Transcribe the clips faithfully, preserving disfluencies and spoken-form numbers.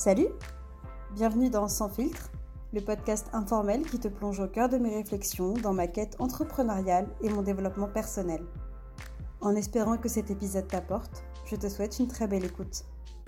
Salut! Bienvenue dans Sans filtre, le podcast informel qui te plonge au cœur de mes réflexions dans ma quête entrepreneuriale et mon développement personnel. En espérant que cet épisode t'apporte, je te souhaite une très belle écoute.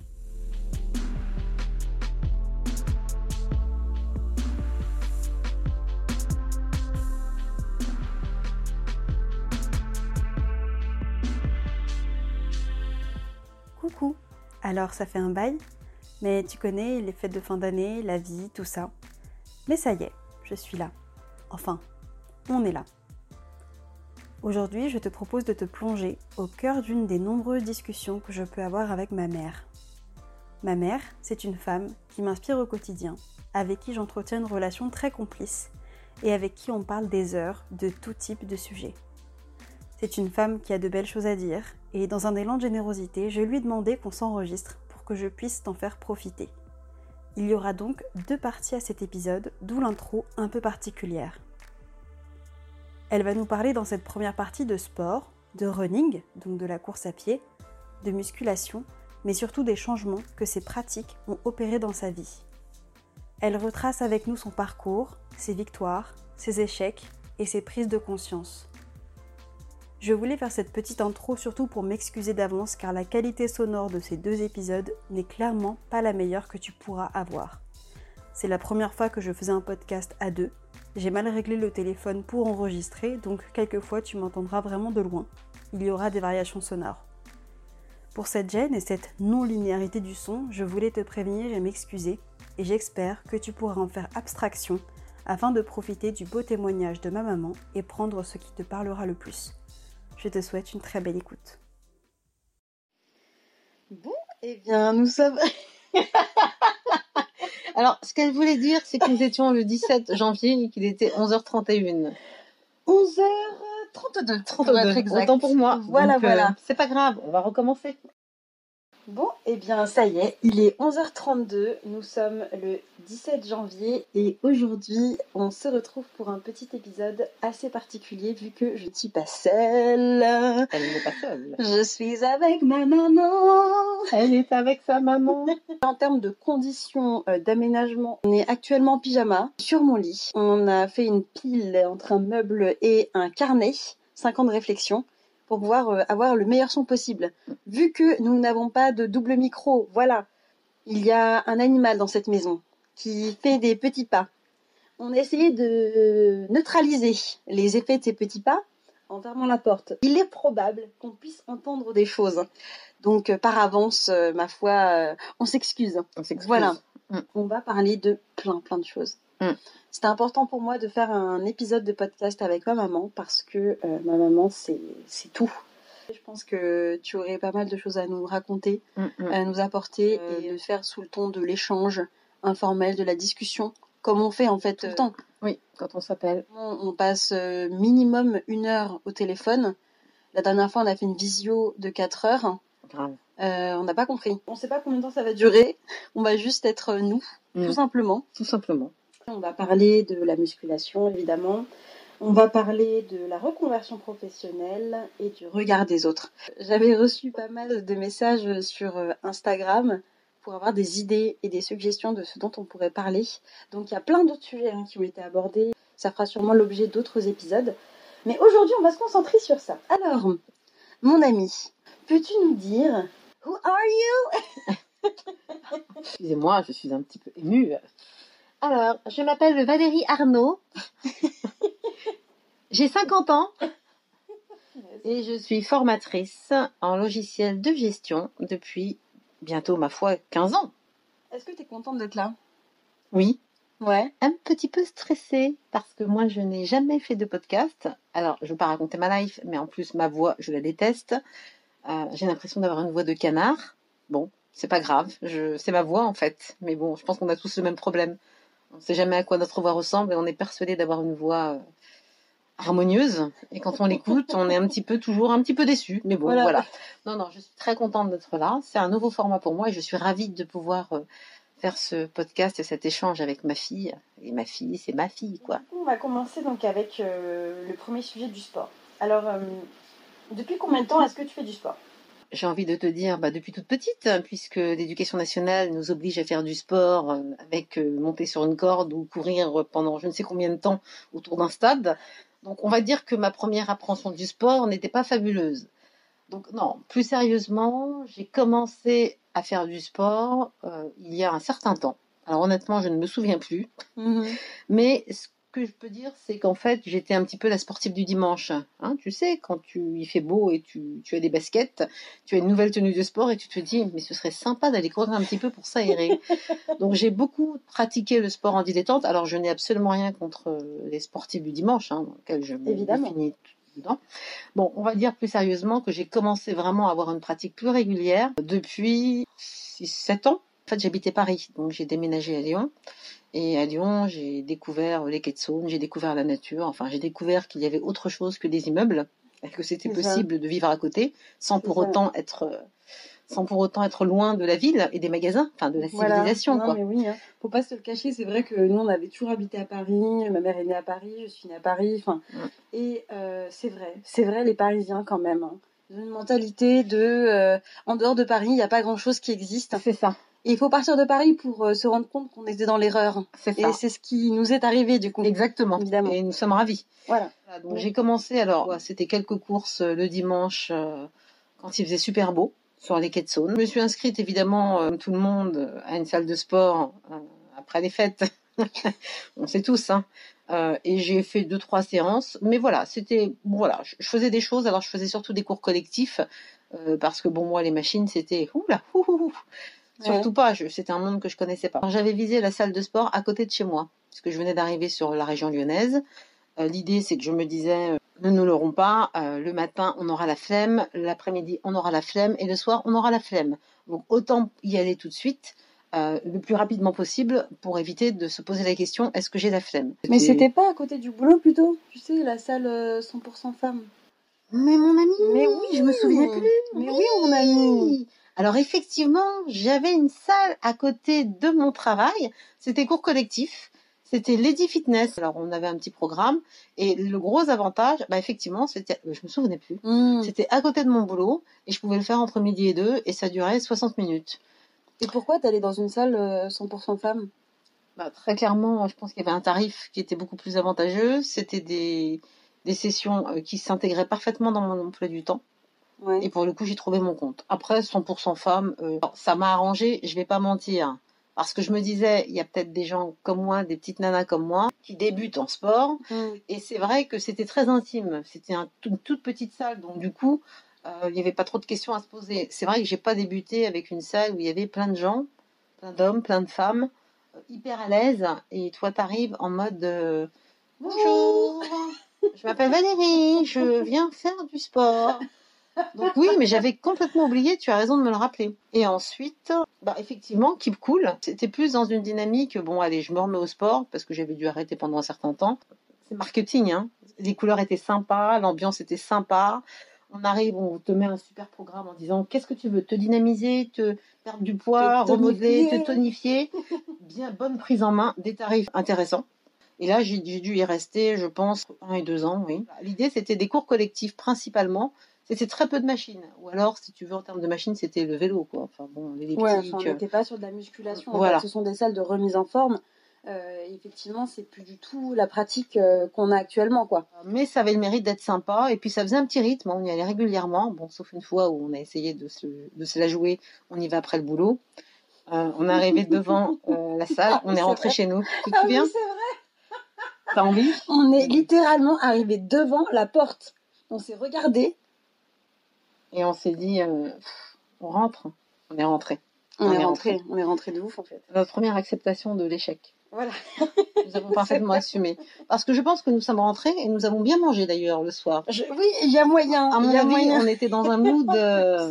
Coucou! Alors ça fait un bail? Mais tu connais les fêtes de fin d'année, la vie, tout ça. Mais ça y est, je suis là. Enfin, on est là. Aujourd'hui, je te propose de te plonger au cœur d'une des nombreuses discussions que je peux avoir avec ma mère. Ma mère, c'est une femme qui m'inspire au quotidien, avec qui j'entretiens une relation très complice et avec qui on parle des heures de tout type de sujets. C'est une femme qui a de belles choses à dire et dans un élan de générosité, je lui ai demandé qu'on s'enregistre que je puisse t'en faire profiter. Il y aura donc deux parties à cet épisode, d'où l'intro un peu particulière. Elle va nous parler dans cette première partie de sport, de running, donc de la course à pied, de musculation, mais surtout des changements que ces pratiques ont opérés dans sa vie. Elle retrace avec nous son parcours, ses victoires, ses échecs et ses prises de conscience. Je voulais faire cette petite intro surtout pour m'excuser d'avance car la qualité sonore de ces deux épisodes n'est clairement pas la meilleure que tu pourras avoir. C'est la première fois que je faisais un podcast à deux. J'ai mal réglé le téléphone pour enregistrer, donc quelquefois tu m'entendras vraiment de loin. Il y aura des variations sonores. Pour cette gêne et cette non-linéarité du son, je voulais te prévenir et m'excuser, et j'espère que tu pourras en faire abstraction afin de profiter du beau témoignage de ma maman et prendre ce qui te parlera le plus. Je te souhaite une très belle écoute. Bon, eh bien, nous sommes... Alors, ce qu'elle voulait dire, c'est que nous étions le dix-sept janvier et qu'il était onze heures trente et une. onze heures trente-deux, trente-deux, pour être exact. Autant pour moi. Voilà, Donc, voilà. Euh, c'est pas grave, on va recommencer. Bon, eh bien, ça y est, il est onze heures trente-deux, nous sommes le dix-sept janvier et aujourd'hui, on se retrouve pour un petit épisode assez particulier vu que je ne suis pas seule. Elle n'est pas seule. Je suis avec ma maman. Elle est avec sa maman. En termes de conditions euh, d'aménagement, on est actuellement en pyjama sur mon lit. On a fait une pile entre un meuble et un carnet, cinq ans de réflexion, pour pouvoir euh, avoir le meilleur son possible. Vu que nous n'avons pas de double micro, voilà, il y a un animal dans cette maison qui fait des petits pas. On a essayé de neutraliser les effets de ces petits pas en fermant la porte. Il est probable qu'on puisse entendre des choses. Donc, euh, par avance, euh, ma foi, euh, on s'excuse. On s'excuse. Voilà. Mm. On va parler de plein, plein de choses. Mm. C'était important pour moi de faire un épisode de podcast avec ma maman parce que euh, ma maman, c'est, c'est tout. Je pense que tu aurais pas mal de choses à nous raconter, Mm, mm. à nous apporter Euh, et de faire sous le ton de l'échange informel, de la discussion, comme on fait en fait tout le temps. Oui, quand on s'appelle. On, on passe euh, minimum une heure au téléphone. La dernière fois, on a fait une visio de quatre heures. Grave. Euh, on n'a pas compris. On ne sait pas combien de temps ça va durer. On va juste être nous, Mm. tout simplement. Tout simplement. On va parler de la musculation, évidemment. On va parler de la reconversion professionnelle et du regard des autres. J'avais reçu pas mal de messages sur euh, Instagram pour avoir des idées et des suggestions de ce dont on pourrait parler. Donc il y a plein d'autres sujets hein, qui ont été abordés. Ça fera sûrement l'objet d'autres épisodes. Mais aujourd'hui, on va se concentrer sur ça. Alors, mon ami, peux-tu nous dire « Who are you ?» Excusez-moi, je suis un petit peu émue. Alors, je m'appelle Valérie Arnaud. J'ai cinquante ans et je suis formatrice en logiciel de gestion depuis bientôt, ma foi, quinze ans. Est-ce que tu es contente d'être là? Oui, Ouais. un petit peu stressée parce que moi, je n'ai jamais fait de podcast. Alors, je ne veux pas raconter ma life, mais en plus, ma voix, je la déteste. Euh, j'ai l'impression d'avoir une voix de canard. Bon, c'est pas grave, je... c'est ma voix en fait. Mais bon, je pense qu'on a tous le même problème. On ne sait jamais à quoi notre voix ressemble et on est persuadé d'avoir une voix euh, harmonieuse. Et quand on l'écoute, on est un petit peu, toujours un petit peu déçu. Mais bon, Voilà. voilà. Non, non, je suis très contente d'être là. C'est un nouveau format pour moi et je suis ravie de pouvoir euh, faire ce podcast et cet échange avec ma fille. Et ma fille, c'est ma fille, quoi. Du coup, on va commencer donc avec euh, le premier sujet du sport. Alors, euh, depuis combien de temps est-ce que tu fais du sport? J'ai envie de te dire, bah, depuis toute petite, hein, puisque l'éducation nationale nous oblige à faire du sport euh, avec euh, monter sur une corde ou courir pendant je ne sais combien de temps autour d'un stade. Donc on va dire que ma première appréhension du sport n'était pas fabuleuse. Donc non, plus sérieusement, j'ai commencé à faire du sport euh, il y a un certain temps. Alors honnêtement, je ne me souviens plus. Mhm. Mais ce que je peux dire, c'est qu'en fait, j'étais un petit peu la sportive du dimanche. Hein, tu sais, quand tu, il fait beau et tu, tu as des baskets, tu as une nouvelle tenue de sport et tu te dis, mais ce serait sympa d'aller courir un petit peu pour s'aérer. Donc j'ai beaucoup pratiqué le sport en dilettante. Alors je n'ai absolument rien contre les sportifs du dimanche, hein, dans lesquels je me Évidemment. définis dedans. Bon, on va dire plus sérieusement que j'ai commencé vraiment à avoir une pratique plus régulière depuis six sept ans. En fait, j'habitais Paris, donc j'ai déménagé à Lyon. Et à Lyon, j'ai découvert les quais de Saône, j'ai découvert la nature. Enfin, j'ai découvert qu'il y avait autre chose que des immeubles, et que c'était C'est ça. possible de vivre à côté, sans C'est pour ça. autant être, sans pour autant être loin de la ville et des magasins, enfin de la Voilà. civilisation, Non, quoi. mais oui, hein. Faut pas se le cacher, c'est vrai que nous, on avait toujours habité à Paris, ma mère est née à Paris, je suis née à Paris, enfin, Mm. et euh, c'est vrai, c'est vrai, les Parisiens quand même, hein. Ils ont une mentalité de, euh, en dehors de Paris, il n'y a pas grand-chose qui existe. C'est ça, Et il faut partir de Paris pour euh, se rendre compte qu'on était dans l'erreur. c'est Et ça. c'est ce qui nous est arrivé, du coup, Exactement. évidemment. Et nous sommes ravis. Voilà. Voilà, donc Mm. j'ai commencé, alors ouais, c'était quelques courses euh, le dimanche euh, quand il faisait super beau sur les quais de Saône. Je me suis inscrite évidemment, euh, comme tout le monde, à une salle de sport euh, après les fêtes. On sait tous, hein. Euh, et j'ai fait deux trois séances, mais voilà, c'était voilà, je, je faisais des choses. Alors je faisais surtout des cours collectifs euh, parce que bon moi les machines c'était oula, ouh, ouh, ouh. Surtout Ouais. pas, je- c'était un monde que je connaissais pas. Alors, j'avais visé la salle de sport à côté de chez moi, puisque je venais d'arriver sur la région lyonnaise. Euh, L'idée, c'est que je me disais, euh, ne nous leurrons pas, euh, le matin, on aura la flemme, l'après-midi, on aura la flemme, et le soir, on aura la flemme. Donc, autant y aller tout de suite, euh, le plus rapidement possible, pour éviter de se poser la question, est-ce que j'ai la flemme? Mais c'était pas à côté du boulot plutôt, tu sais, la salle euh, cent pour cent femmes. Mais mon ami, Mais oui, je me souviens plus. Mais oui, mon ami. Alors effectivement, j'avais une salle à côté de mon travail. C'était cours collectif. C'était Lady Fitness. Alors on avait un petit programme et le gros avantage, bah effectivement, c'était, je me souvenais plus. Mm. C'était à côté de mon boulot et je pouvais le faire entre midi et deux et ça durait soixante minutes. Et pourquoi t'allais dans une salle euh, cent pour cent femmes? Bah, très clairement, je pense qu'il y avait un tarif qui était beaucoup plus avantageux. C'était des des sessions euh, qui s'intégraient parfaitement dans mon emploi du temps. Ouais. Et pour le coup, j'ai trouvé mon compte. Après, cent pour cent femmes, euh, ça m'a arrangé, je vais pas mentir. Parce que je me disais, il y a peut-être des gens comme moi, des petites nanas comme moi, qui débutent en sport. Mm. Et c'est vrai que c'était très intime. C'était un- une toute petite salle, donc du coup, euh, il n'y avait pas trop de questions à se poser. C'est vrai que j'ai pas débuté avec une salle où il y avait plein de gens, plein d'hommes, plein de femmes, euh, hyper à l'aise. Et toi, t'arrives en mode euh, bonjour, je m'appelle Valérie, je viens faire du sport. Donc oui, mais j'avais complètement oublié, tu as raison de me le rappeler. Et ensuite, bah effectivement, Keep Cool, c'était plus dans une dynamique, bon allez, je me remets au sport, parce que j'avais dû arrêter pendant un certain temps. C'est marketing, hein. Les couleurs étaient sympas, l'ambiance était sympa. On arrive, on te met un super programme en disant, qu'est-ce que tu veux? Te dynamiser, te perdre du poids, Te remodeler, tonifier. te tonifier. Bien, bonne prise en main, des tarifs intéressants. Et là, j'ai j'ai dû y rester, je pense, un et deux ans, oui. L'idée, c'était des cours collectifs principalement. C'était très peu de machines. Ou alors, si tu veux, en termes de machines, c'était le vélo, quoi. Enfin bon, l'elliptique. Ouais, enfin, on n'était pas sur de la musculation. En Voilà. fait, ce sont des salles de remise en forme. Euh, effectivement, c'est plus du tout la pratique euh, qu'on a actuellement, quoi. Mais ça avait le mérite d'être sympa. Et puis, ça faisait un petit rythme. On y allait régulièrement. Bon, sauf une fois où on a essayé de se, de se la jouer. On y va après le boulot. Euh, on est arrivé devant euh, la salle. Ah oui, on est c'est rentré vrai. chez nous. Tu te Ah souviens? oui, c'est vrai. T'as envie? On est littéralement arrivé devant la porte. On s'est regardé. Et on s'est dit, euh, pff, on rentre. On est rentré. On, est rentré. On est rentré de ouf, en fait. Notre première acceptation de l'échec. Voilà. Nous avons parfaitement assumé. Parce que je pense que nous sommes rentrés et nous avons bien mangé d'ailleurs le soir. Je... Oui, il y a moyen. À mon il y a avis, moyen. on était dans un mood. Euh...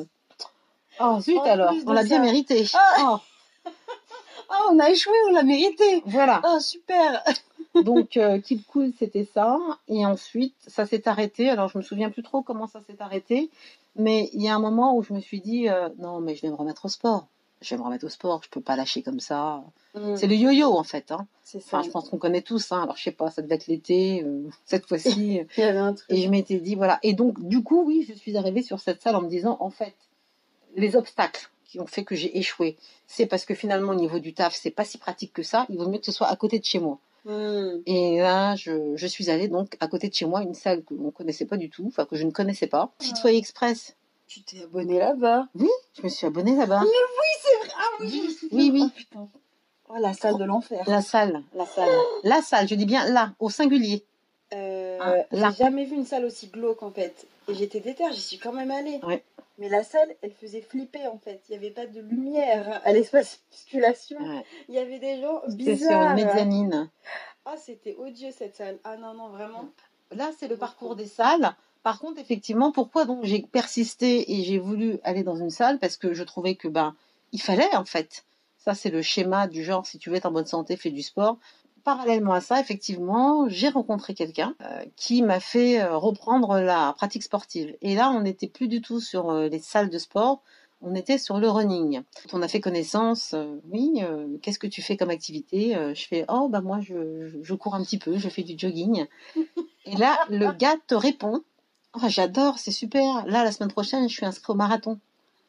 Oh zut En alors, plus de on l'a bien ça. mérité. Ah. Oh, Ah, on a échoué, on l'a mérité. voilà. Ah, super. Donc, euh, Keep Cool, c'était ça. Et ensuite, ça s'est arrêté. Alors, je me souviens plus trop comment ça s'est arrêté. Mais il y a un moment où je me suis dit, euh, non, mais je vais me remettre au sport. Je vais me remettre au sport. Je peux pas lâcher comme ça. Mm. C'est le yo-yo, en fait. Hein. C'est ça. Enfin, je pense qu'on connaît tous. Hein. Alors, je sais pas, ça devait être l'été, euh, cette fois-ci. Il y avait un truc. Et je m'étais dit, voilà. Et donc, du coup, oui, je suis arrivée sur cette salle en me disant, en fait, les obstacles qui ont fait que j'ai échoué, c'est parce que finalement, au niveau du taf, c'est pas si pratique que ça. Il vaut mieux que ce soit à côté de chez moi. Hmm. Et là, je, je suis allée donc à côté de chez moi, une salle que on connaissait pas du tout, enfin que je ne connaissais pas. Fitfoyer Express. Tu t'es abonnée là-bas? Oui, je me suis abonnée là-bas. Mais oui, c'est vrai. Ah oui, je me souviens. Oui, oui. Oh, putain. Oh, la salle de l'enfer. La salle. La salle. La salle, je dis bien là, au singulier. Euh, Ah, là. j'ai jamais vu une salle aussi glauque en fait. Et j'étais déter, j'y suis quand même allée. Ouais. Mais la salle, elle faisait flipper en fait. Il n'y avait pas de lumière à l'espace musculation. Ouais. Il y avait des gens C'était sur bizarres. une mezzanine. Ah, c'était odieux cette salle. Ah non, non, vraiment. Là, c'est le parcours des salles. Par contre, effectivement, pourquoi donc j'ai persisté et j'ai voulu aller dans une salle? Parce que je trouvais que ben, il fallait en fait. Ça, c'est le schéma du genre, si tu veux être en bonne santé, fais du sport. Parallèlement à ça, effectivement, j'ai rencontré quelqu'un euh, qui m'a fait euh, reprendre la pratique sportive. Et là, on n'était plus du tout sur euh, les salles de sport, on était sur le running. Quand on a fait connaissance, euh, oui, euh, qu'est-ce que tu fais comme activité? Euh, Je fais, oh, bah moi, je, je, je cours un petit peu, je fais du jogging. Et là, le gars te répond, oh, j'adore, c'est super. Là, la semaine prochaine, je suis inscrit au marathon.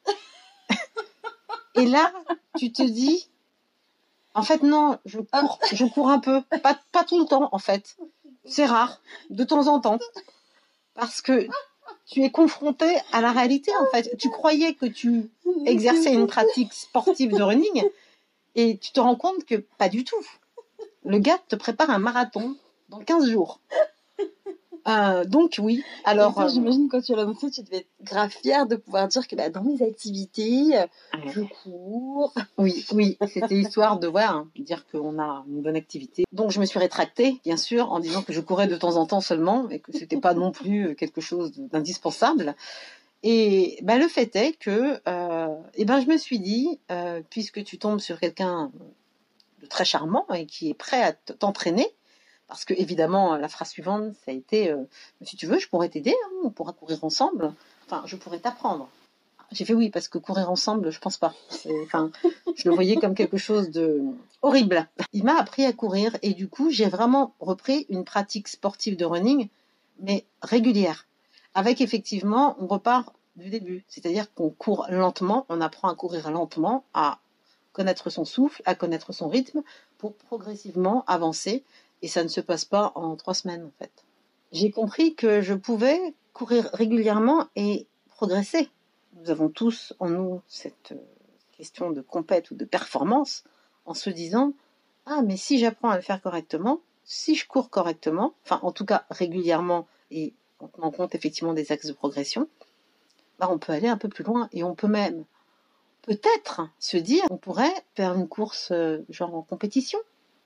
Et là, tu te dis, en fait, non, je cours, je cours un peu. Pas, pas tout le temps, en fait. C'est rare, de temps en temps. Parce que tu es confronté à la réalité, en fait. Tu croyais que tu exerçais une pratique sportive de running et tu te rends compte que pas du tout. Le gars te prépare un marathon dans quinze jours. Euh, donc oui, alors... Et toi, euh, j'imagine quand tu as lancé, tu devais être grave fière de pouvoir dire que bah, dans mes activités, euh, Ouais. je cours. Oui, oui, c'était histoire de voilà, hein, dire qu'on a une bonne activité. Donc je me suis rétractée, bien sûr, en disant que je courais de temps en temps seulement et que c'était pas non plus quelque chose d'indispensable. Et ben, le fait est que euh, et ben, je me suis dit, euh, puisque tu tombes sur quelqu'un de très charmant et qui est prêt à t'entraîner, parce que évidemment la phrase suivante, ça a été euh, si tu veux, je pourrais t'aider, hein, on pourra courir ensemble, enfin je pourrais t'apprendre. J'ai fait oui, parce que courir ensemble, je pense pas. C'est, enfin, je le voyais comme quelque chose de horrible. Il m'a appris à courir et du coup, j'ai vraiment repris une pratique sportive de running, mais régulière. Avec effectivement, on repart du début. C'est-à-dire qu'on court lentement, on apprend à courir lentement, à connaître son souffle, à connaître son rythme, pour progressivement avancer. Et ça ne se passe pas en trois semaines, en fait. J'ai compris que je pouvais courir régulièrement et progresser. Nous avons tous en nous cette question de compète ou de performance en se disant « Ah, mais si j'apprends à le faire correctement, si je cours correctement, enfin en tout cas régulièrement et en tenant compte effectivement des axes de progression, bah, on peut aller un peu plus loin et on peut même peut-être se dire on pourrait faire une course euh, genre en compétition. »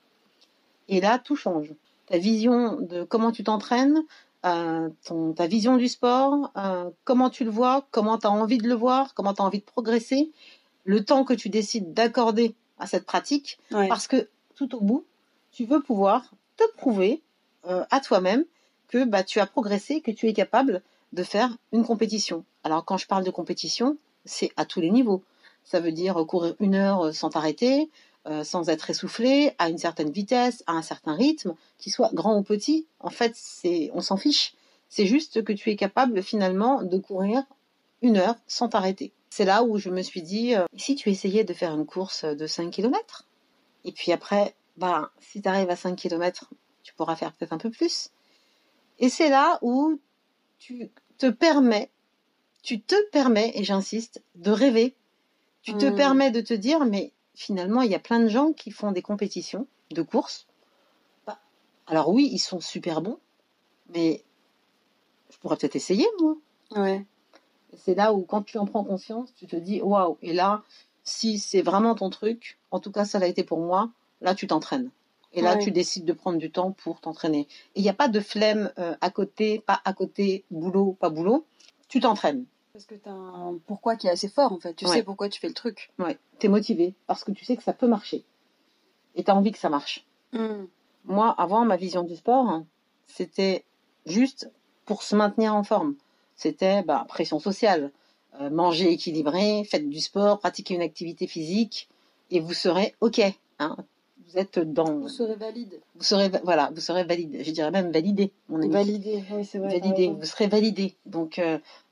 Et là, tout change. Ta vision de comment tu t'entraînes, Euh, ton, ta vision du sport, euh, comment tu le vois, comment tu as envie de le voir, comment tu as envie de progresser, le temps que tu décides d'accorder à cette pratique, Ouais. parce que tout au bout, tu veux pouvoir te prouver euh, à toi-même que bah, tu as progressé, que tu es capable de faire une compétition. Alors quand je parle de compétition, c'est à tous les niveaux. Ça veut dire courir une heure sans t'arrêter, Euh, sans être essoufflé, à une certaine vitesse, à un certain rythme, qu'il soit grand ou petit, en fait, c'est, on s'en fiche. C'est juste que tu es capable finalement de courir une heure sans t'arrêter. C'est là où je me suis dit, euh, si tu essayais de faire une course de cinq kilomètres, et puis après, bah, si tu arrives à cinq kilomètres, tu pourras faire peut-être un peu plus. Et c'est là où tu te permets, tu te permets, et j'insiste, de rêver. Tu te Mmh. permets de te dire, mais finalement, il y a plein de gens qui font des compétitions de course. Bah, alors oui, ils sont super bons, mais je pourrais peut-être essayer, moi. Ouais. C'est là où, quand tu en prends conscience, tu te dis, waouh, et là, si c'est vraiment ton truc, en tout cas, ça l'a été pour moi, là, tu t'entraînes. Et là, Ouais. tu décides de prendre du temps pour t'entraîner. Et il n'y a pas de flemme euh, à côté, pas à côté, boulot, pas boulot. Tu t'entraînes. Parce que t'as un pourquoi qui est assez fort en fait. Tu Ouais. sais pourquoi tu fais le truc. Ouais, t'es motivé parce que tu sais que ça peut marcher. Et t'as envie que ça marche. Mmh. Moi, avant, ma vision du sport, c'était juste pour se maintenir en forme. C'était bah, pression sociale. Euh, manger équilibré, faites du sport, pratiquez une activité physique et vous serez OK. Hein. Vous êtes dans... Vous serez valide. Vous serez, voilà, vous serez valide. Je dirais même validé, mon ami. Validé, oui c'est vrai. Validé, vous serez validé. Donc, euh,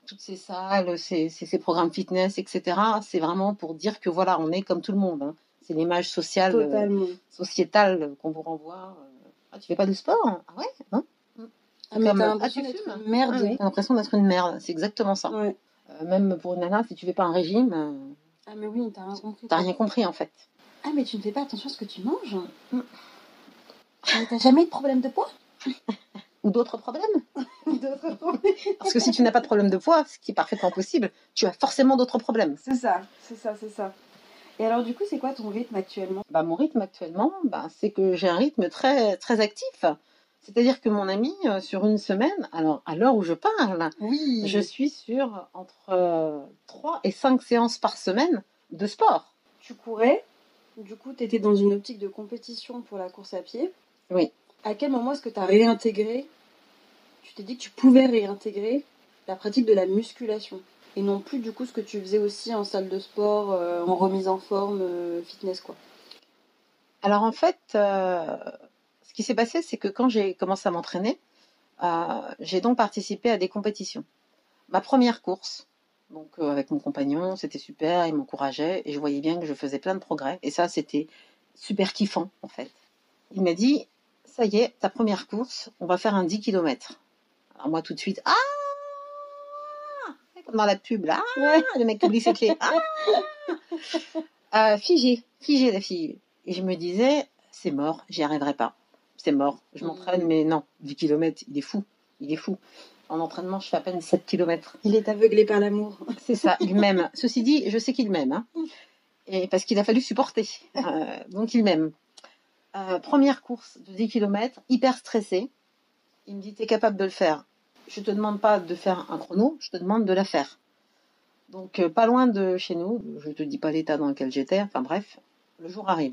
toutes ces salles, ces, ces, ces programmes fitness, et cetera, c'est vraiment pour dire que voilà, on est comme tout le monde. Hein. C'est l'image sociale, Totalement. euh, sociétale qu'on vous renvoie. Ah, tu fais pas de sport? Ah ouais, hein. Ah, mais Comme, t'as ah, l'impression tu d'être fumes? une merde. Ah oui, t'as l'impression d'être une merde. C'est exactement ça. Ouais. Euh, même pour une nana, si tu fais pas un régime, euh, Ah, mais oui, t'as rien compris. t'as quoi. rien compris en fait. Ah, mais tu ne fais pas attention à ce que tu manges. Mm. Mais t'as jamais eu de problème de poids? Ou d'autres problèmes. D'autres problèmes. Parce que si tu n'as pas de problème de poids, ce qui est parfaitement possible, tu as forcément d'autres problèmes. C'est ça, c'est ça, c'est ça. Et alors, du coup, c'est quoi ton rythme actuellement? Bah, mon rythme actuellement, bah, c'est que j'ai un rythme très, très actif. C'est-à-dire que mon ami, euh, sur une semaine, alors à l'heure où je parle, Oui. je suis sur entre euh, trois et cinq séances par semaine de sport. Tu courais, du coup, tu étais dans une optique de compétition pour la course à pied. Oui. À quel moment est-ce que tu as réintégré, tu t'es dit que tu pouvais réintégrer la pratique de la musculation et non plus du coup ce que tu faisais aussi en salle de sport, euh, en remise en forme, euh, fitness quoi. Alors en fait, euh, ce qui s'est passé, c'est que quand j'ai commencé à m'entraîner, euh, j'ai donc participé à des compétitions. Ma première course, donc euh, avec mon compagnon, c'était super, il m'encourageait et je voyais bien que je faisais plein de progrès. Et ça, c'était super kiffant en fait. Il m'a dit, ça y est, ta première course, on va faire un dix kilomètres. Alors moi tout de suite, ah, comme dans la pub là, Ouais. le mec qui oublie ses clés, ah, euh, figé, figé la fille. Et je me disais, c'est mort, j'y arriverai pas. C'est mort, je m'entraîne, mais non, dix kilomètres, il est fou, il est fou. En entraînement, je fais à peine sept kilomètres. Il est aveuglé par l'amour. C'est ça, il m'aime. Ceci dit, je sais qu'il m'aime, hein. Et parce qu'il a fallu supporter. Euh, donc il m'aime. Euh, première course de dix kilomètres, hyper stressée. Il me dit, t'es capable de le faire. Je te demande pas de faire un chrono, je te demande de la faire. Donc euh, pas loin de chez nous, je te dis pas l'état dans lequel j'étais, enfin bref, le jour arrive.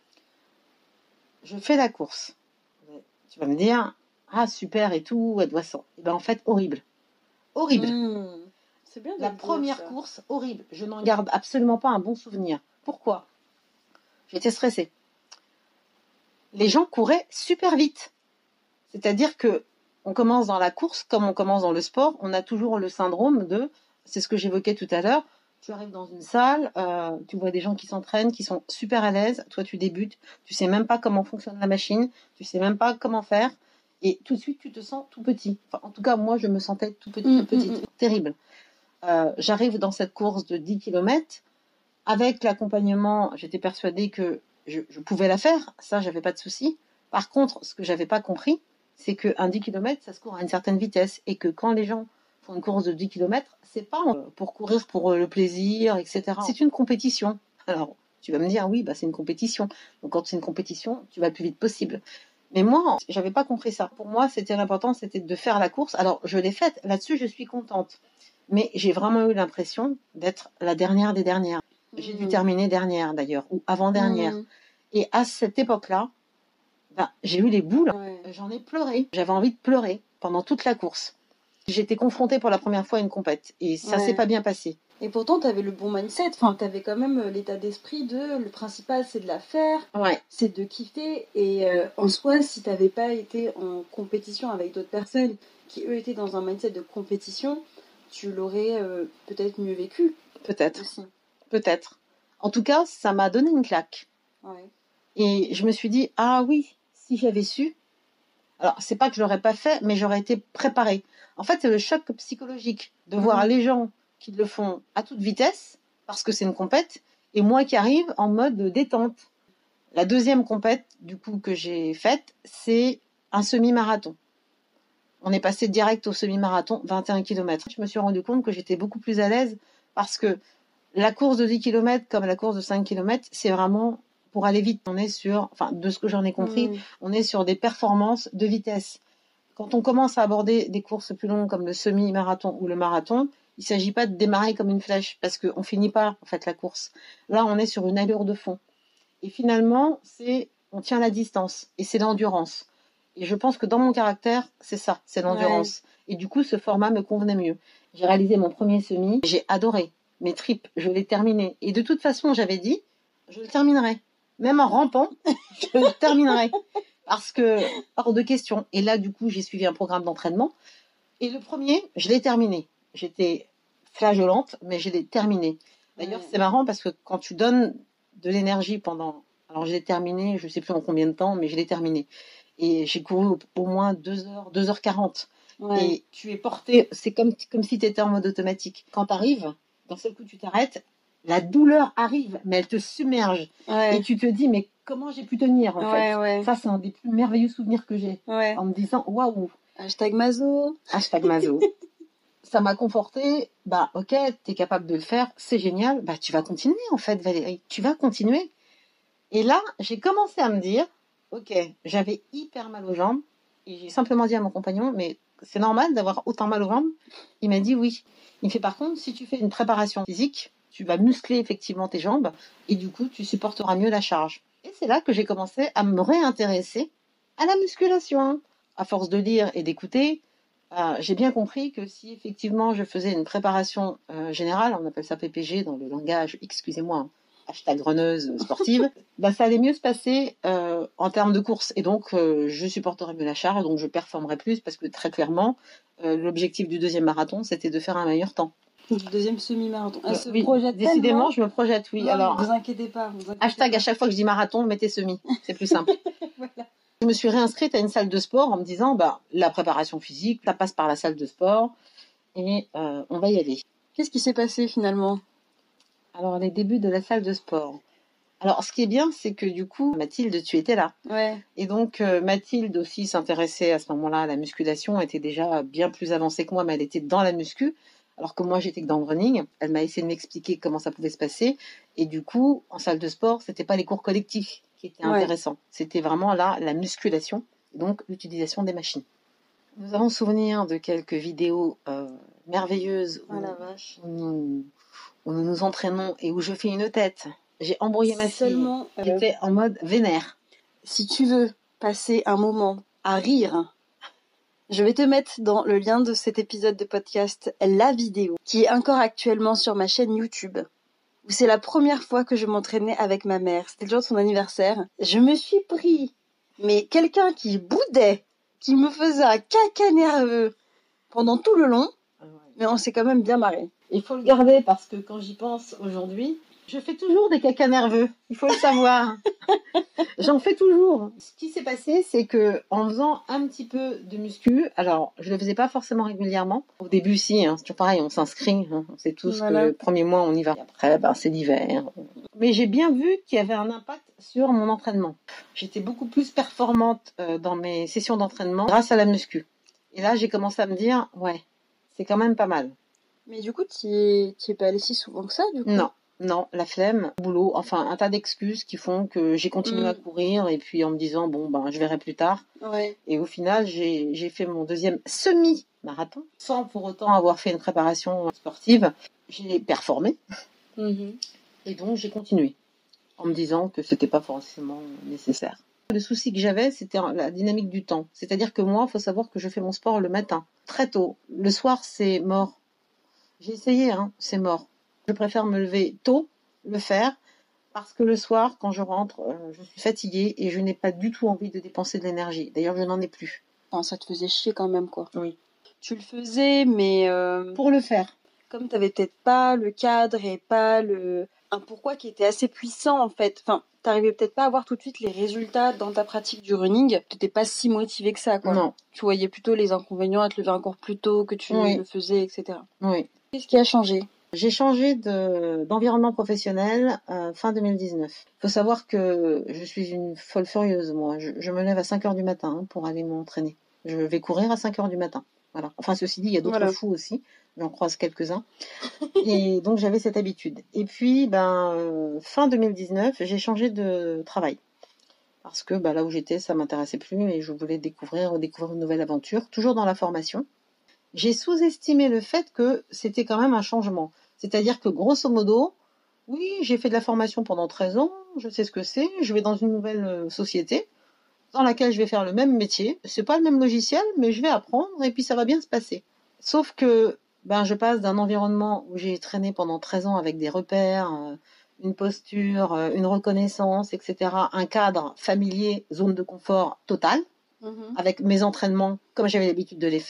Je fais la course. Tu vas me dire, ah super et tout, elle doit s'en. Et ben en fait, horrible. Horrible. Mmh. C'est bien de La le dire, première ça. course, horrible. Je n'en garde absolument pas un bon souvenir. Pourquoi? J'étais stressée. Les gens couraient super vite. C'est-à-dire que on commence dans la course comme on commence dans le sport. On a toujours le syndrome de, c'est ce que j'évoquais tout à l'heure, tu arrives dans une salle, euh, tu vois des gens qui s'entraînent, qui sont super à l'aise. Toi, tu débutes, tu sais même pas comment fonctionne la machine, tu sais même pas comment faire. Et tout de suite, tu te sens tout petit. Enfin, en tout cas, moi, je me sentais tout petit, Mmh, toute petite. mmh, mmh. Terrible. Euh, j'arrive dans cette course de dix kilomètres. Avec l'accompagnement, j'étais persuadée que je, je pouvais la faire. Ça, j'avais pas de souci. Par contre, ce que j'avais pas compris, c'est qu'un dix kilomètres, ça se court à une certaine vitesse. Et que quand les gens font une course de dix kilomètres, c'est pas pour courir pour le plaisir, et cetera. C'est une compétition. Alors, tu vas me dire, oui, bah, c'est une compétition. Donc, quand c'est une compétition, tu vas le plus vite possible. Mais moi, j'avais pas compris ça. Pour moi, c'était l'important, c'était de faire la course. Alors, je l'ai faite. Là-dessus, je suis contente. Mais j'ai vraiment eu l'impression d'être la dernière des dernières. J'ai dû Mmh. terminer dernière, d'ailleurs, ou avant-dernière. Mmh. Et à cette époque-là, ben, j'ai eu les boules. Ouais. J'en ai pleuré. J'avais envie de pleurer pendant toute la course. J'étais confrontée pour la première fois à une compète. Et ça Ouais. s'est pas bien passé. Et pourtant, tu avais le bon mindset. Enfin, tu avais quand même l'état d'esprit de le principal, c'est de la faire, Ouais. c'est de kiffer. Et euh, en soi, si tu n'avais pas été en compétition avec d'autres personnes qui, eux, étaient dans un mindset de compétition, tu l'aurais euh, peut-être mieux vécu Peut-être. aussi. Peut-être. En tout cas, ça m'a donné une claque. Ouais. Et je me suis dit, ah oui, si j'avais su. Alors, c'est pas que je l'aurais pas fait, mais j'aurais été préparée. En fait, c'est le choc psychologique de voir Mhm. les gens qui le font à toute vitesse, parce que c'est une compète, et moi qui arrive en mode détente. La deuxième compète, du coup, que j'ai faite, c'est un semi-marathon. On est passé direct au semi-marathon, vingt et un kilomètres. Je me suis rendu compte que j'étais beaucoup plus à l'aise, parce que la course de dix kilomètres, comme la course de cinq kilomètres, c'est vraiment pour aller vite. On est sur, enfin, de ce que j'en ai compris, Mhm. on est sur des performances de vitesse. Quand on commence à aborder des courses plus longues comme le semi-marathon ou le marathon, il ne s'agit pas de démarrer comme une flèche parce qu'on ne finit pas en fait la course. Là, on est sur une allure de fond. Et finalement, c'est on tient la distance et c'est l'endurance. Et je pense que dans mon caractère, c'est ça, c'est l'endurance. Ouais. Et du coup, ce format me convenait mieux. J'ai réalisé mon premier semi, j'ai adoré mes tripes, je l'ai terminé. Et de toute façon, j'avais dit, je le terminerai. Même en rampant, je le terminerai. Parce que, hors de question. Et là, du coup, j'ai suivi un programme d'entraînement. Et le premier, je l'ai terminé. j'étais flageolante, mais je l'ai terminé. D'ailleurs, Ouais. c'est marrant parce que quand tu donnes de l'énergie pendant... Alors, je l'ai terminé, je ne sais plus en combien de temps, mais je l'ai terminé. Et j'ai couru au, au moins deux heures, deux heures quarante. Ouais. Et tu es porté, c'est comme, comme si tu étais en mode automatique. Quand tu arrives, d'un seul coup, tu t'arrêtes, la douleur arrive, mais elle te submerge. Ouais. Et tu te dis, mais comment j'ai pu tenir, en Ouais, fait ouais. Ça, c'est un des plus merveilleux souvenirs que j'ai. Ouais. En me disant, waouh, Hashtag Mazo. hashtag Mazo. Ça m'a conforté, bah ok, tu es capable de le faire, c'est génial, bah tu vas continuer en fait, Valérie, tu vas continuer. Et là, j'ai commencé à me dire, ok, j'avais hyper mal aux jambes, et j'ai simplement dit à mon compagnon, mais c'est normal d'avoir autant mal aux jambes? Il m'a dit oui. Il me fait par contre, si tu fais une préparation physique, tu vas muscler effectivement tes jambes, et du coup, tu supporteras mieux la charge. Et c'est là que j'ai commencé à me réintéresser à la musculation. À force de lire et d'écouter, euh, j'ai bien compris que si effectivement je faisais une préparation euh, générale, on appelle ça P P G dans le langage, excusez-moi, hein, hashtag greneuse sportive, bah, ça allait mieux se passer euh, en termes de course. Et donc, euh, je supporterais mieux la charge, donc je performerais plus parce que très clairement, euh, l'objectif du deuxième marathon, c'était de faire un meilleur temps. Du deuxième semi-marathon. Elle Euh, se oui, projette décidément, tellement. je me projette, oui. Non, Alors, mais vous inquiétez pas. Vous inquiétez hashtag pas. à chaque fois que je dis marathon, mettez semi, c'est plus simple. Voilà. Je me suis réinscrite à une salle de sport en me disant, bah, la préparation physique, ça passe par la salle de sport et euh, on va y aller. Qu'est-ce qui s'est passé finalement? Alors, les débuts de la salle de sport. Alors, ce qui est bien, c'est que du coup, Mathilde, tu étais là. Ouais. Et donc, euh, Mathilde aussi s'intéressait à ce moment-là à la musculation, était déjà bien plus avancée que moi, mais elle était dans la muscu, alors que moi, j'étais que dans le running. Elle m'a essayé de m'expliquer comment ça pouvait se passer. Et du coup, en salle de sport, c'était pas les cours collectifs qui étaient Ouais. intéressants. C'était vraiment là, la musculation, donc l'utilisation des machines. Nous avons souvenir de quelques vidéos euh, merveilleuses Oh où, la vache. où nous, où nous nous entraînons et où je fais une tête. J'ai embrouillé ma fille. Seulement, euh, J'étais en mode vénère. si tu veux passer un moment à rire, je vais te mettre dans le lien de cet épisode de podcast la vidéo qui est encore actuellement sur ma chaîne YouTube. Où c'est la première fois que je m'entraînais avec ma mère. C'était le jour de son anniversaire. Je me suis pris, mais quelqu'un qui boudait, qui me faisait un caca nerveux pendant tout le long. Mais on s'est quand même bien marré. Il faut le garder parce que quand j'y pense aujourd'hui, je fais toujours des cacas nerveux. Il faut le savoir. J'en fais toujours. Ce qui s'est passé, c'est que en faisant un petit peu de muscu, alors je le faisais pas forcément régulièrement. Au début, si, hein, c'est toujours pareil, on s'inscrit. Hein, on sait tous Voilà. que le premier mois, on y va. Et après, ben, c'est l'hiver. Mais j'ai bien vu qu'il y avait un impact sur mon entraînement. J'étais beaucoup plus performante euh, dans mes sessions d'entraînement grâce à la muscu. Et là, j'ai commencé à me dire, ouais, c'est quand même pas mal. Mais du coup, tu es, es pas allé si souvent que ça, du coup? Non, non, la flemme, boulot, enfin un tas d'excuses qui font que j'ai continué Mm. à courir et puis en me disant bon ben je verrai plus tard. Ouais. Et au final j'ai j'ai fait mon deuxième semi-marathon sans pour autant avoir fait une préparation sportive. J'ai performé Mhm. et donc j'ai continué en me disant que c'était pas forcément nécessaire. Le souci que j'avais, c'était la dynamique du temps. C'est-à-dire que moi, il faut savoir que je fais mon sport le matin, très tôt. Le soir, c'est mort. J'ai essayé, hein, c'est mort. Je préfère me lever tôt, le faire, parce que le soir, quand je rentre, euh, je suis fatiguée et je n'ai pas du tout envie de dépenser de l'énergie. D'ailleurs, je n'en ai plus. Enfin, ça te faisait chier quand même, quoi. Oui. Tu le faisais, mais euh, Pour le faire. comme t'avais peut-être pas le cadre et pas le un pourquoi qui était assez puissant en fait. Enfin, t'arrivais peut-être pas à voir tout de suite les résultats dans ta pratique du running. T'étais pas si motivé que ça, quoi. Non. Tu voyais plutôt les inconvénients à te lever encore plus tôt que tu Oui. le faisais, et cetera. Oui. Qu'est-ce qui a changé? J'ai changé de, d'environnement professionnel euh, fin deux mille dix-neuf. Il faut savoir que je suis une folle furieuse, moi. Je, je me lève à cinq heures du matin hein, pour aller m'entraîner. Je vais courir à cinq heures du matin. Voilà. Enfin, ceci dit, il y a d'autres Voilà. fous aussi. J'en croise quelques-uns. Et donc, j'avais cette habitude. Et puis, ben, euh, fin deux mille dix-neuf, j'ai changé de travail. Parce que ben, là où j'étais, ça m'intéressait plus et je voulais découvrir, découvrir une nouvelle aventure, toujours dans la formation. J'ai sous-estimé le fait que c'était quand même un changement. C'est-à-dire que, grosso modo, oui, j'ai fait de la formation pendant treize ans, je sais ce que c'est, je vais dans une nouvelle euh, société dans laquelle je vais faire le même métier. C'est pas le même logiciel, mais je vais apprendre et puis ça va bien se passer. Sauf que ben, je passe d'un environnement où j'ai traîné pendant treize ans avec des repères, euh, une posture, euh, une reconnaissance, et cetera, un cadre familier, zone de confort totale, Mhm. avec mes entraînements comme j'avais l'habitude de les faire.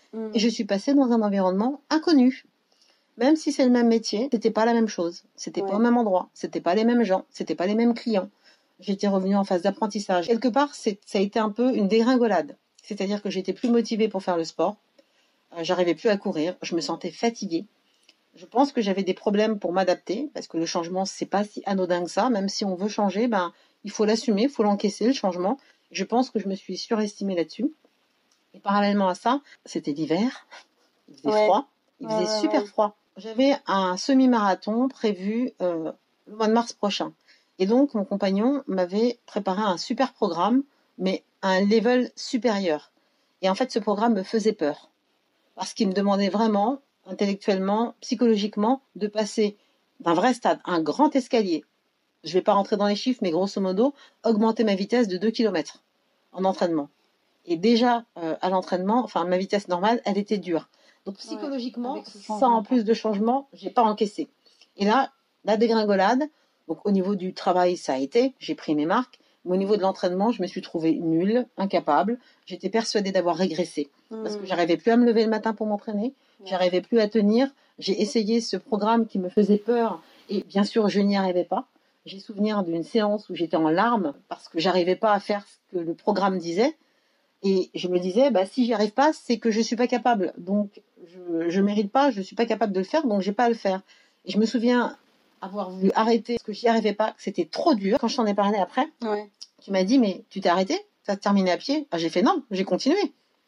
Mm. Et je suis passée dans un environnement inconnu. Même si c'est le même métier, c'était pas la même chose. C'était Ouais. pas au même endroit. C'était pas les mêmes gens. C'était pas les mêmes clients. J'étais revenue en phase d'apprentissage. Quelque part, c'est, ça a été un peu une dégringolade. C'est-à-dire que j'étais plus motivée pour faire le sport. Euh, j'arrivais plus à courir. Je me sentais fatiguée. Je pense que j'avais des problèmes pour m'adapter, parce que le changement, c'est pas si anodin que ça. Même si on veut changer, ben, il faut l'assumer, il faut l'encaisser, le changement. Je pense que je me suis surestimée là-dessus. Et parallèlement à ça, c'était l'hiver. Il faisait Ouais. froid. Il Ouais, faisait ouais, super ouais. froid. J'avais un semi-marathon prévu euh, le mois de mars prochain. Et donc, mon compagnon m'avait préparé un super programme, mais à un level supérieur. Et en fait, ce programme me faisait peur. Parce qu'il me demandait vraiment, intellectuellement, psychologiquement, de passer d'un vrai stade, un grand escalier. Je ne vais pas rentrer dans les chiffres, mais grosso modo, augmenter ma vitesse de deux kilomètres en entraînement. Et déjà, euh, à l'entraînement, enfin, ma vitesse normale, elle était dure. Donc, psychologiquement, avec ce ça changement, en plus de changement, j'ai pas encaissé. Et là, la dégringolade, donc au niveau du travail, ça a été, j'ai pris mes marques, mais au niveau de l'entraînement, je me suis trouvée nulle, incapable. J'étais persuadée d'avoir régressé parce que Mm. j'arrivais plus à me lever le matin pour m'entraîner, Ouais. j'arrivais plus à tenir. J'ai essayé ce programme qui me faisait peur et bien sûr, je n'y arrivais pas. J'ai souvenir d'une séance où j'étais en larmes parce que j'arrivais pas à faire ce que le programme disait. Et je me disais, bah, si j'y arrive pas, c'est que je suis pas capable. Donc, je, je mérite pas, je suis pas capable de le faire, donc j'ai pas à le faire. Et je me souviens avoir voulu arrêter parce que j'y arrivais pas, que c'était trop dur. Quand je t'en ai parlé après, Ouais. tu m'as dit, mais tu t'es arrêté? Ça te terminé à pied? Ah, j'ai fait non, j'ai continué.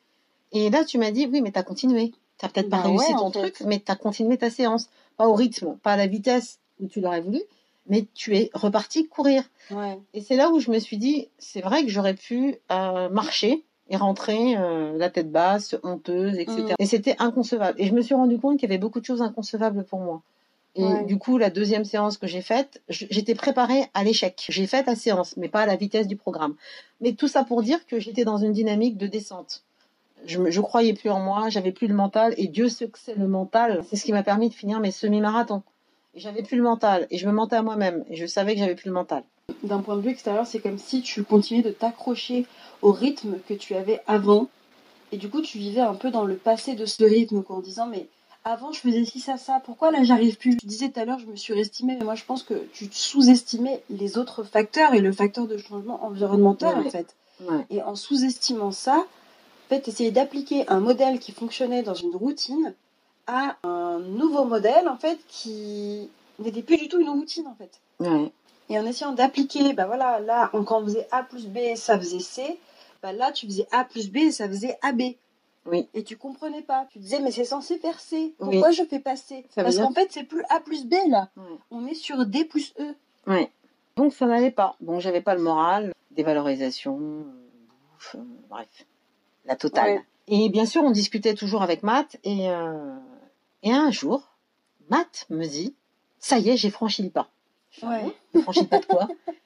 Et là, tu m'as dit, oui, mais t'as continué. T'as peut-être pas Bah réussi ouais, ton en fait. truc, mais t'as continué ta séance. Pas au rythme, pas à la vitesse où tu l'aurais voulu, mais tu es reparti courir. Ouais. Et c'est là où je me suis dit, c'est vrai que j'aurais pu euh, marcher et rentrer euh, la tête basse, honteuse, et cetera. Mm. Et c'était inconcevable. Et je me suis rendu compte qu'il y avait beaucoup de choses inconcevables pour moi. Et Ouais. du coup, la deuxième séance que j'ai faite, j- j'étais préparée à l'échec. J'ai fait la séance, mais pas à la vitesse du programme. Mais tout ça pour dire que j'étais dans une dynamique de descente. Je, me, je croyais plus en moi, j'avais plus le mental, et Dieu sait que c'est le mental. C'est ce qui m'a permis de finir mes semi-marathons. Et j'avais plus le mental, et je me mentais à moi-même, et je savais que j'avais plus le mental. D'un point de vue extérieur, c'est comme si tu continuais de t'accrocher au rythme que tu avais avant. Et du coup, tu vivais un peu dans le passé de ce rythme, quoi, en disant, mais avant, je faisais ci, ça, ça. Pourquoi là, j'arrive plus? Tu disais tout à l'heure, je me surestimais, mais moi, je pense que tu sous-estimais les autres facteurs et le facteur de changement environnemental, Ouais. en fait. Ouais. Et en sous-estimant ça, en fait, essayer d'appliquer un modèle qui fonctionnait dans une routine à un nouveau modèle, en fait, qui n'était plus du tout une routine, en fait. Ouais. Et en essayant d'appliquer, bah voilà, là, quand on faisait A plus B, ça faisait C. Bah là, tu faisais A plus B et ça faisait A B. Oui. Et tu comprenais pas. Tu disais, mais c'est censé faire C. Pourquoi Oui. je fais pas C? Ça veut Parce dire- qu'en fait, c'est plus A plus B, là. Ouais. On est sur D plus E. Ouais. Donc ça n'allait pas. Donc j'avais pas le moral, dévalorisation, euh, bouffe, euh, bref, la totale. Ouais. Et bien sûr, on discutait toujours avec Matt et, euh, et un jour, Matt me dit, ça y est, j'ai franchi le pas. Je fais, Ouais. ah bon, j'ai franchi le pas de quoi?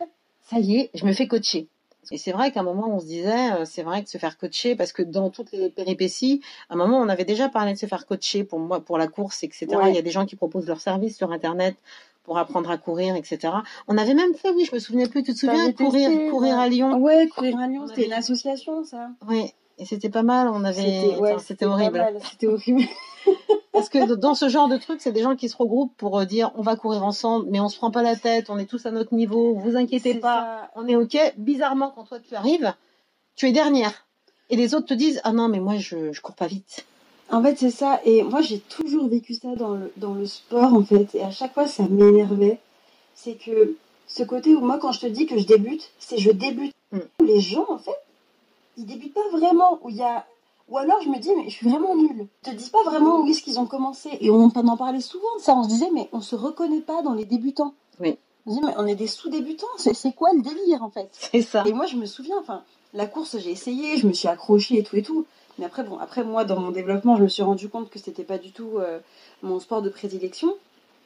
Ça y est, je me fais coacher. Et c'est vrai qu'à un moment, on se disait, euh, c'est vrai que se faire coacher, parce que dans toutes les péripéties, à un moment, on avait déjà parlé de se faire coacher pour moi, pour la course, et cetera. Ouais. Il y a des gens qui proposent leurs services sur Internet pour apprendre à courir, et cetera. On avait même fait, oui, je me souvenais plus, tu te souviens, T'avais courir, testé, courir ouais. à Lyon. Ouais, courir à Lyon, On c'était avait- une association, ça. Oui, et c'était pas mal, on avait, C'était, ouais, enfin, c'était c'était pas horrible. mal, c'était horrible. Parce que dans ce genre de truc, c'est des gens qui se regroupent pour euh, dire, on va courir ensemble, mais on se prend pas la tête, on est tous à notre niveau, vous inquiétez C'est pas. ça. On est ok. Bizarrement, quand toi tu arrives, tu es dernière. Et les autres te disent, ah non, mais moi je, je cours pas vite. En fait, c'est ça. Et moi, j'ai toujours vécu ça dans le, dans le sport, en fait. Et à chaque fois, ça m'énervait. C'est que ce côté où moi, quand je te dis que je débute, c'est je débute. Mm. Les gens, en fait, ils débutent pas vraiment. Où il y a... Ou alors, je me dis, mais je suis vraiment nulle. Ils te disent pas vraiment où est-ce qu'ils ont commencé. Et on en parlait souvent de ça. On se disait, mais on se reconnaît pas dans les débutants. Oui. On se dit, mais on est des sous-débutants. C'est, c'est quoi le délire, en fait? C'est ça. Et moi, je me souviens, enfin, la course, j'ai essayé, je me suis accrochée et tout et tout. Mais après, bon, après, moi, dans mon développement, je me suis rendu compte que c'était pas du tout euh, mon sport de prédilection.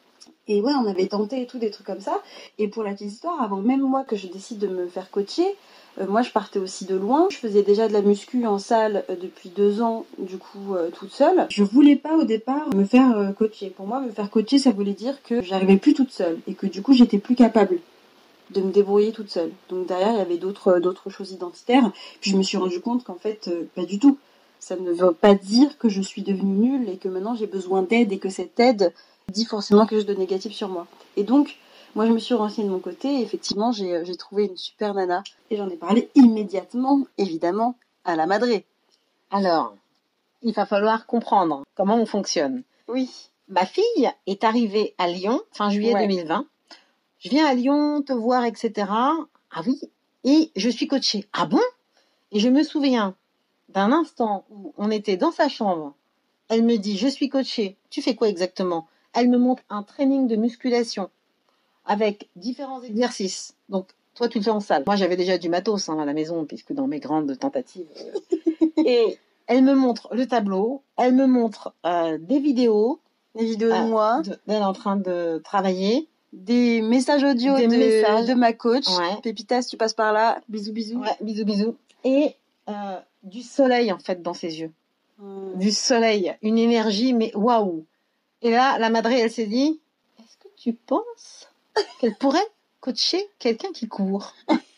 Et ouais, on avait tenté et tout, des trucs comme ça. Et pour la petite histoire, avant même moi que je décide de me faire coacher, euh, moi, je partais aussi de loin. Je faisais déjà de la muscu en salle euh, depuis deux ans, du coup, euh, toute seule. Je voulais pas au départ me faire euh, coacher. Pour moi, me faire coacher, ça voulait dire que j'arrivais plus toute seule. Et que du coup, j'étais plus capable de me débrouiller toute seule. Donc derrière, il y avait d'autres, d'autres choses identitaires. Puis je me suis rendu compte qu'en fait, euh, pas du tout. Ça ne veut pas dire que je suis devenue nulle et que maintenant j'ai besoin d'aide et que cette aide dit forcément quelque chose de négatif sur moi. Et donc, moi je me suis renseignée de mon côté et effectivement j'ai, j'ai trouvé une super nana et j'en ai parlé immédiatement, évidemment, à la madré. Alors, il va falloir comprendre comment on fonctionne. Oui. Ma fille est arrivée à Lyon fin juillet Ouais. deux mille vingt. Je viens à Lyon te voir, et cetera. Ah oui, et je suis coachée. Ah bon? Et je me souviens d'un instant où on était dans sa chambre. Elle me dit, je suis coachée. Tu fais quoi exactement? Elle me montre un training de musculation avec différents exercices. Donc, toi, tu le fais en salle. Moi, j'avais déjà du matos hein, à la maison, puisque dans mes grandes tentatives. Euh... et elle me montre le tableau, elle me montre euh, des vidéos. Des vidéos euh, de moi. De, d'elle en train de travailler. Des messages audio des de, messages. de ma coach. Ouais. Pépita, si tu passes par là, bisous, bisous. Ouais, bisous, bisous. Et euh, du soleil, en fait, dans ses yeux. Mmh. Du soleil, une énergie, mais waouh. Et là, la madré, elle s'est dit, est-ce que tu penses qu'elle pourrait coacher quelqu'un qui court?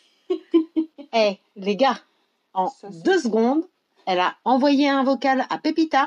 Eh, hey, les gars, en Ça, deux secondes, elle a envoyé un vocal à Pépita.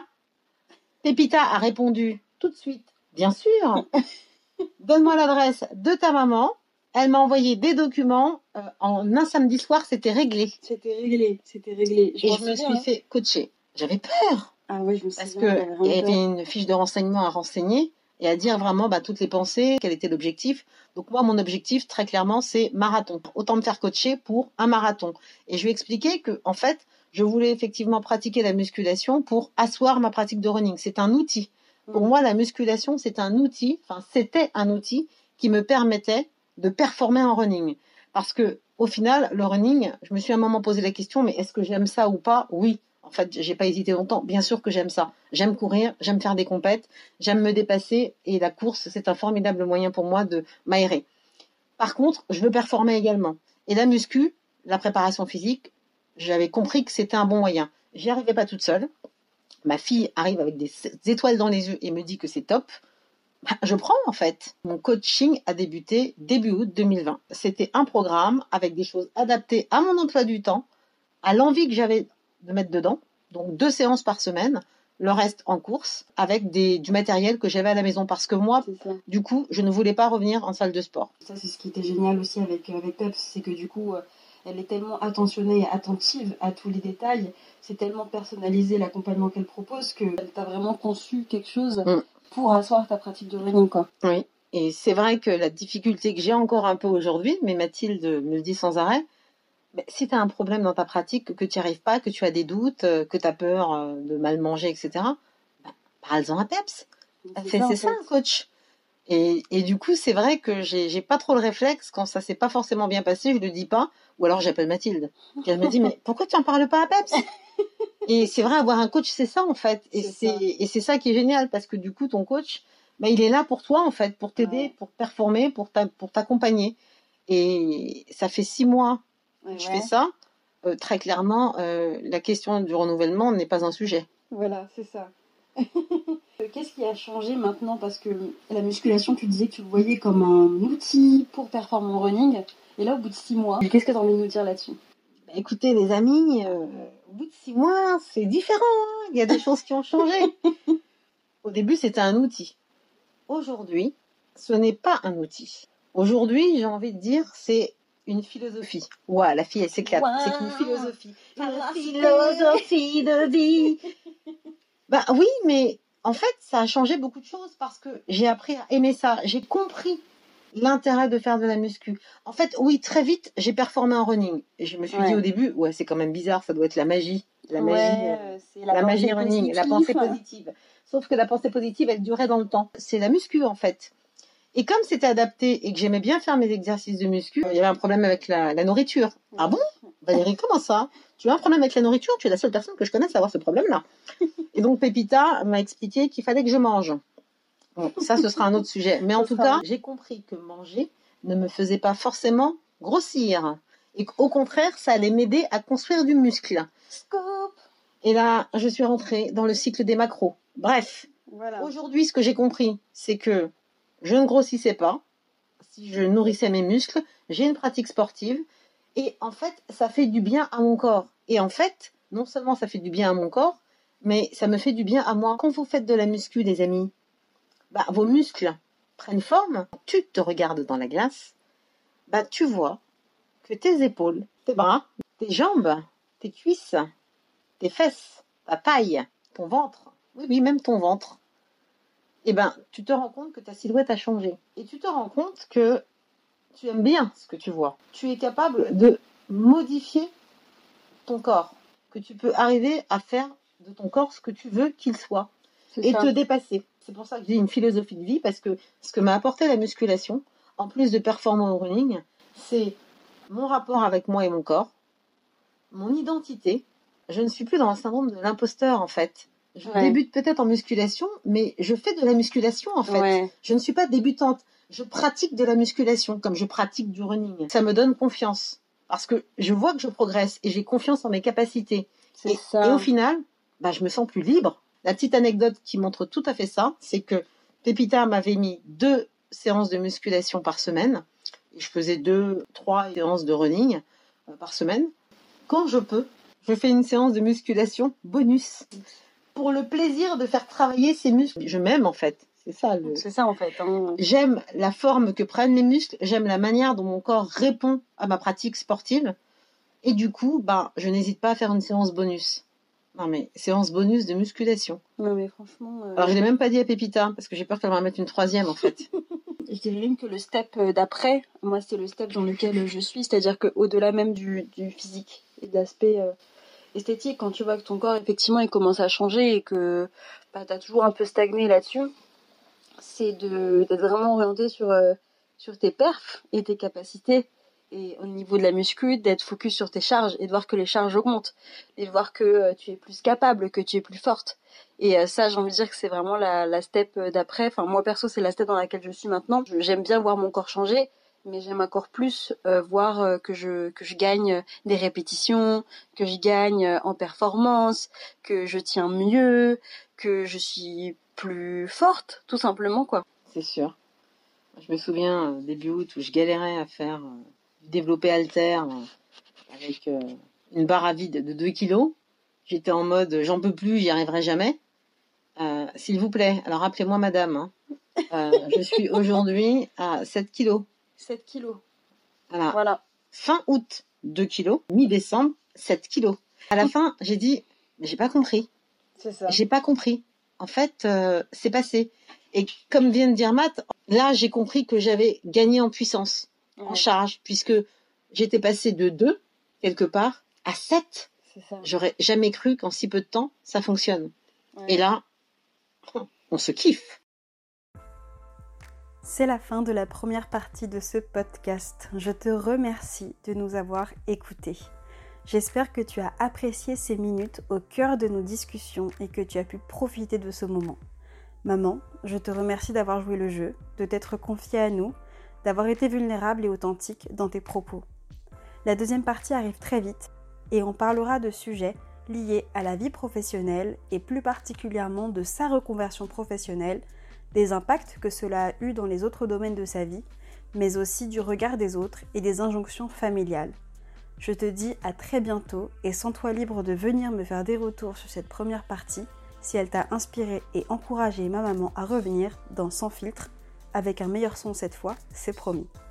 Pépita a répondu tout de suite, bien sûr. Donne-moi l'adresse de ta maman. Elle m'a envoyé des documents. Euh, en un samedi soir, c'était réglé. C'était réglé, c'était réglé. Je Et je me suis hein. fait coacher. J'avais peur. Ah oui, je me Parce souviens. Parce qu'il y avait une fiche de renseignement à renseigner et à dire vraiment bah, toutes les pensées, quel était l'objectif. Donc moi, mon objectif, très clairement, c'est marathon. Autant me faire coacher pour un marathon. Et je lui ai expliqué que, en fait, je voulais effectivement pratiquer la musculation pour asseoir ma pratique de running. C'est un outil. Pour mmh. moi, la musculation, c'est un outil, enfin, c'était un outil qui me permettait de performer en running. Parce que, au final, le running, je me suis à un moment posé la question, mais est-ce que j'aime ça ou pas? Oui. En fait, j'ai pas hésité longtemps. Bien sûr que j'aime ça. J'aime courir, j'aime faire des compètes, j'aime me dépasser et la course, c'est un formidable moyen pour moi de m'aérer. Par contre, je veux performer également. Et la muscu, la préparation physique, j'avais compris que c'était un bon moyen. J'y arrivais pas toute seule. Ma fille arrive avec des étoiles dans les yeux et me dit que c'est top. Je prends en fait. Mon coaching a débuté début août deux mille vingt. C'était un programme avec des choses adaptées à mon emploi du temps, à l'envie que j'avais de mettre dedans. Donc deux séances par semaine, le reste en course, avec des, du matériel que j'avais à la maison. Parce que moi, du coup, je ne voulais pas revenir en salle de sport. Ça, c'est ce qui était génial aussi avec, avec Peps, c'est que du coup, elle est tellement attentionnée et attentive à tous les détails. C'est tellement personnalisé l'accompagnement qu'elle propose qu'elle t'a vraiment conçu quelque chose mmh. pour asseoir ta pratique de running, quoi. Oui, et c'est vrai que la difficulté que j'ai encore un peu aujourd'hui, mais Mathilde me le dit sans arrêt, mais si tu as un problème dans ta pratique, que tu n'y arrives pas, que tu as des doutes, que tu as peur de mal manger, et cetera, bah, parle-en à Peps. C'est, c'est, ça, c'est ça un coach. Et, et du coup, c'est vrai que j'ai, j'ai pas trop le réflexe, quand ça s'est pas forcément bien passé, je le dis pas, ou alors j'appelle Mathilde. Puis elle me dit, mais pourquoi tu en parles pas à Peps? Et c'est vrai, avoir un coach, c'est ça en fait. Et c'est, c'est, et c'est ça qui est génial, parce que du coup, ton coach, bah, il est là pour toi en fait, pour t'aider, ouais. pour performer, pour, t'a, pour t'accompagner. Et ça fait six mois ouais, que je ouais. fais ça. Euh, très clairement, euh, la question du renouvellement n'est pas un sujet. Voilà, c'est ça. Qu'est-ce qui a changé maintenant? Parce que la musculation, tu disais que tu le voyais comme un outil pour performer en running. Et là, au bout de six mois, qu'est-ce que tu as envie de nous dire là-dessus? Bah, écoutez, les amis, euh, au bout de six mois, c'est différent. Hein, il y a des choses qui ont changé. Au début, c'était un outil. Aujourd'hui, ce n'est pas un outil. Aujourd'hui, j'ai envie de dire, c'est une philosophie. Ouah, la fille, elle s'éclate. Wow. C'est une philosophie. Une philosophie de vie. Bah oui, mais en fait, ça a changé beaucoup de choses parce que j'ai appris à aimer ça. J'ai compris l'intérêt de faire de la muscu. En fait, oui, très vite, j'ai performé en running. Et je me suis ouais. dit au début, ouais, c'est quand même bizarre, ça doit être la magie. La magie, ouais, euh, c'est la, la magie running, positive. La pensée positive. Sauf que la pensée positive, elle durait dans le temps. C'est la muscu, en fait. Et comme c'était adapté et que j'aimais bien faire mes exercices de muscu, il y avait un problème avec la, la nourriture. Oui. Ah bon? Valérie, comment ça? Tu as un problème avec la nourriture? Tu es la seule personne que je connaisse à avoir ce problème-là. Et donc, Pépita m'a expliqué qu'il fallait que je mange. Bon, ça, ce sera un autre sujet. Mais en tout cas, j'ai compris que manger ne me faisait pas forcément grossir. Et qu'au contraire, ça allait m'aider à construire du muscle. Scoop. Et là, je suis rentrée dans le cycle des macros. Bref, voilà. Aujourd'hui, ce que j'ai compris, c'est que je ne grossissais pas. Si je nourrissais mes muscles, j'ai une pratique sportive. Et en fait, ça fait du bien à mon corps. Et en fait, non seulement ça fait du bien à mon corps, mais ça me fait du bien à moi. Quand vous faites de la muscu, les amis, bah, vos muscles prennent forme. Tu te regardes dans la glace, bah, tu vois que tes épaules, tes bras, tes jambes, tes cuisses, tes fesses, ta taille, ton ventre, oui, oui, même ton ventre, eh ben, tu te rends compte que ta silhouette a changé. Et tu te rends compte que tu aimes bien ce que tu vois. Tu es capable de modifier ton corps, que tu peux arriver à faire de ton corps ce que tu veux qu'il soit C'est et ça. te dépasser. C'est pour ça que je dis une philosophie de vie, parce que ce que m'a apporté la musculation, en plus de performant au running, c'est mon rapport avec moi et mon corps, mon identité. Je ne suis plus dans le syndrome de l'imposteur, en fait. Je Ouais. débute peut-être en musculation, mais je fais de la musculation, en fait. Ouais. Je ne suis pas débutante. Je pratique de la musculation comme je pratique du running. Ça me donne confiance parce que je vois que je progresse et j'ai confiance en mes capacités. C'est Et, ça. et au final, bah, je me sens plus libre. La petite anecdote qui montre tout à fait ça, c'est que Pépita m'avait mis deux séances de musculation par semaine. Et je faisais deux, trois séances de running euh, par semaine. Quand je peux, je fais une séance de musculation bonus pour le plaisir de faire travailler ces muscles. Je m'aime en fait. C'est ça le... C'est ça en fait. Hein. J'aime la forme que prennent les muscles, j'aime la manière dont mon corps répond à ma pratique sportive. Et du coup, bah, je n'hésite pas à faire une séance bonus. Non mais, séance bonus de musculation. Non mais franchement. euh, Alors je l'ai même pas dit à Pépita, parce que j'ai peur qu'elle va en mettre une troisième en fait. Je dirais même que le step euh, d'après, moi c'est le step dans lequel je suis, c'est-à-dire qu'au-delà même du, du physique et de l'aspect euh, esthétique, quand tu vois que ton corps effectivement il commence à changer et que bah, tu as toujours un peu stagné là-dessus, c'est de, d'être vraiment orienté sur, euh, sur tes perfs et tes capacités. Et au niveau de la muscu, d'être focus sur tes charges et de voir que les charges augmentent. Et de voir que euh, tu es plus capable, que tu es plus forte. Et euh, ça, j'ai envie de dire que c'est vraiment la, la step d'après. Enfin, moi, perso, c'est la step dans laquelle je suis maintenant. Je- J'aime bien voir mon corps changer, mais j'aime encore plus euh, voir euh, que je que je gagne des répétitions, que je gagne euh, en performance, que je tiens mieux, que je suis plus forte, tout simplement, quoi. C'est sûr. Je me souviens euh, début août où je galérais à faire euh, du développé halter euh, avec euh, une barre à vide de deux kilos. J'étais en mode j'en peux plus, j'y arriverai jamais. Euh, s'il vous plaît, alors appelez-moi madame. Hein. Euh, je suis aujourd'hui à sept kilos. sept kilos. Voilà. Voilà. Fin août, deux kilos. Mi-décembre, sept kilos. À la fin, j'ai dit, mais j'ai pas compris. C'est ça. J'ai pas compris. En fait, euh, c'est passé. Et comme vient de dire Matt, là, j'ai compris que j'avais gagné en puissance, en Ouais, charge, puisque j'étais passée de deux, quelque part, à sept. c'est ça. J'aurais jamais cru qu'en si peu de temps, ça fonctionne. Ouais. Et là, on se kiffe. C'est la fin de la première partie de ce podcast. Je te remercie de nous avoir écoutés. J'espère que tu as apprécié ces minutes au cœur de nos discussions et que tu as pu profiter de ce moment. Maman, je te remercie d'avoir joué le jeu, de t'être confiée à nous, d'avoir été vulnérable et authentique dans tes propos. La deuxième partie arrive très vite et on parlera de sujets liés à la vie professionnelle et plus particulièrement de sa reconversion professionnelle, des impacts que cela a eu dans les autres domaines de sa vie, mais aussi du regard des autres et des injonctions familiales. Je te dis à très bientôt et sens-toi libre de venir me faire des retours sur cette première partie si elle t'a inspiré et encouragé ma maman à revenir dans Sans filtre, avec un meilleur son cette fois, c'est promis.